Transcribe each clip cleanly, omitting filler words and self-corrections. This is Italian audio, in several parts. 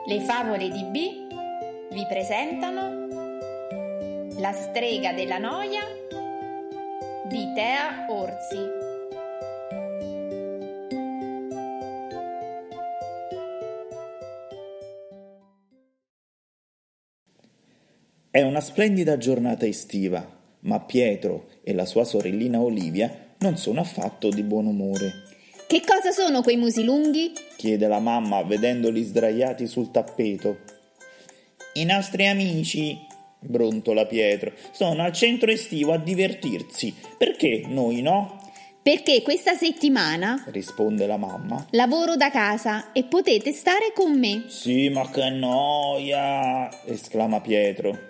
Le favole di B vi presentano La strega della noia di Tea Orsi. È una splendida giornata estiva, ma Pietro e la sua sorellina Olivia non sono affatto di buon umore. Che cosa sono quei musi lunghi? Chiede la mamma vedendoli sdraiati sul tappeto. I nostri amici, brontola Pietro, sono al centro estivo a divertirsi. Perché noi no? Perché questa settimana Risponde la mamma. lavoro da casa e potete stare con me. Sì, ma che noia! Esclama Pietro.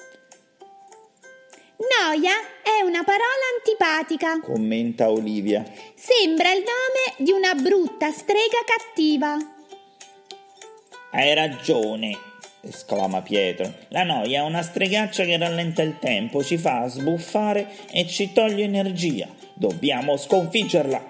Noia è una parola antipatica. Commenta Olivia. Sembra il nome di una brutta strega cattiva. Hai ragione, esclama Pietro. La noia è una stregaccia che rallenta il tempo, ci fa sbuffare e ci toglie energia. Dobbiamo sconfiggerla.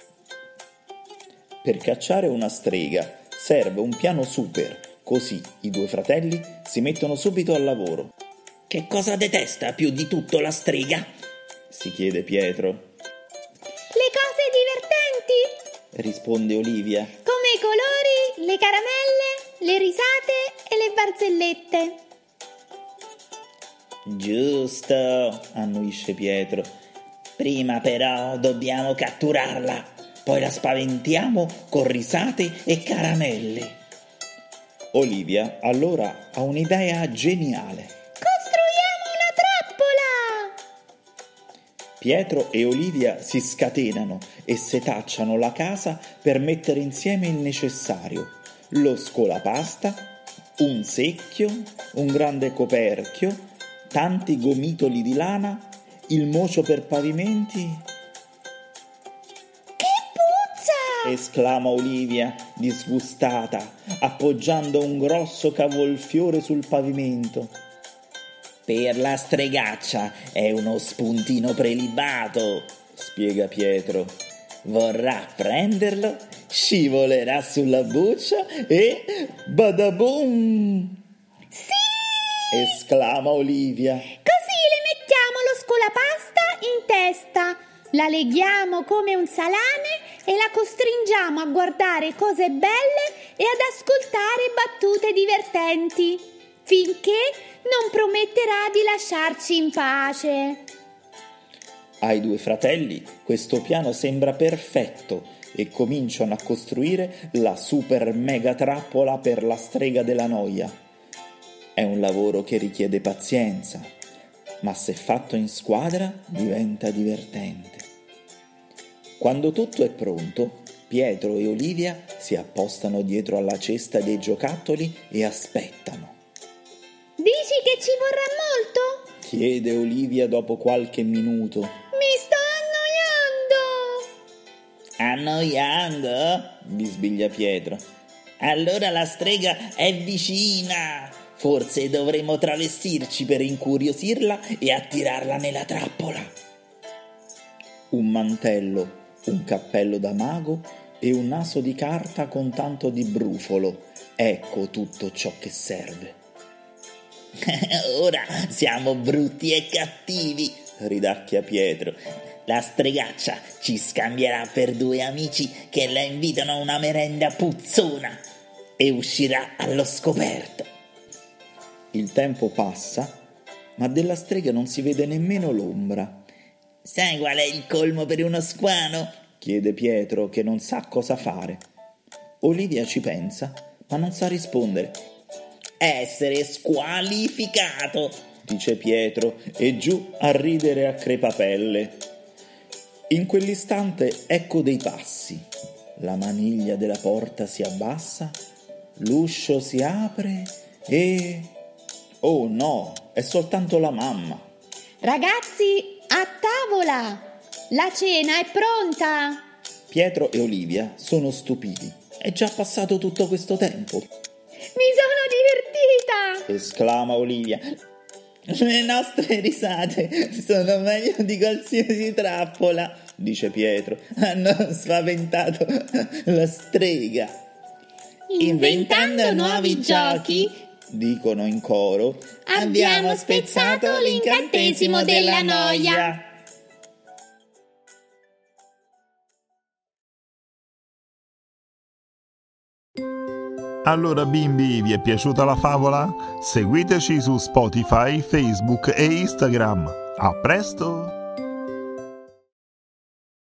Per cacciare una strega serve un piano super, così i due fratelli si mettono subito al lavoro. Che cosa detesta più di tutto la strega? Si chiede Pietro. Le cose divertenti, Risponde Olivia. come i colori, le caramelle, le risate e le barzellette. Giusto, annuisce Pietro. Prima però dobbiamo catturarla, poi la spaventiamo con risate e caramelle. Olivia allora ha un'idea geniale. Pietro e Olivia si scatenano e setacciano la casa per mettere insieme il necessario: lo scolapasta, un secchio, un grande coperchio, tanti gomitoli di lana, il mocio per pavimenti. Che puzza! Esclama Olivia, disgustata, appoggiando un grosso cavolfiore sul pavimento. Per la stregaccia è uno spuntino prelibato, spiega Pietro. Vorrà prenderlo, scivolerà sulla buccia e badaboom! Sì! Esclama Olivia. Così le mettiamo lo scolapasta in testa, la leghiamo come un salame e la costringiamo a guardare cose belle e ad ascoltare battute divertenti, finché non prometterà di lasciarci in pace. Ai due fratelli questo piano sembra perfetto e cominciano a costruire la super mega trappola per la strega della noia. È un lavoro che richiede pazienza, ma se fatto in squadra diventa divertente. Quando tutto è pronto, Pietro e Olivia si appostano dietro alla cesta dei giocattoli e aspettano. Dici che ci vorrà molto? Chiede Olivia dopo qualche minuto. Mi sto annoiando! Annoiando? Bisbiglia Pietro. Allora la strega è vicina. Forse dovremo travestirci per incuriosirla e attirarla nella trappola. Un mantello, un cappello da mago e un naso di carta con tanto di brufolo. Ecco tutto ciò che serve. Ora siamo brutti e cattivi, ridacchia Pietro. La stregaccia ci scambierà per due amici che la invitano a una merenda puzzona e uscirà allo scoperto. Il tempo passa, ma della strega non si vede nemmeno l'ombra. Sai qual è il colmo per uno squalo? Chiede Pietro, che non sa cosa fare. Olivia ci pensa, ma non sa rispondere. Essere squalificato, dice Pietro, e giù a ridere a crepapelle. In quell'istante ecco dei passi. La maniglia della porta si abbassa, l'uscio si apre e... oh no, è soltanto la mamma. Ragazzi, a tavola! La cena è pronta! Pietro e Olivia sono stupiti. È già passato tutto questo tempo. Mi sono divertita! Esclama Olivia. Le nostre risate sono meglio di qualsiasi trappola, dice Pietro. Hanno spaventato la strega. Inventando nuovi giochi, dicono in coro, abbiamo spezzato l'incantesimo della noia. Allora bimbi, vi è piaciuta la favola? Seguiteci su Spotify, Facebook e Instagram. A presto!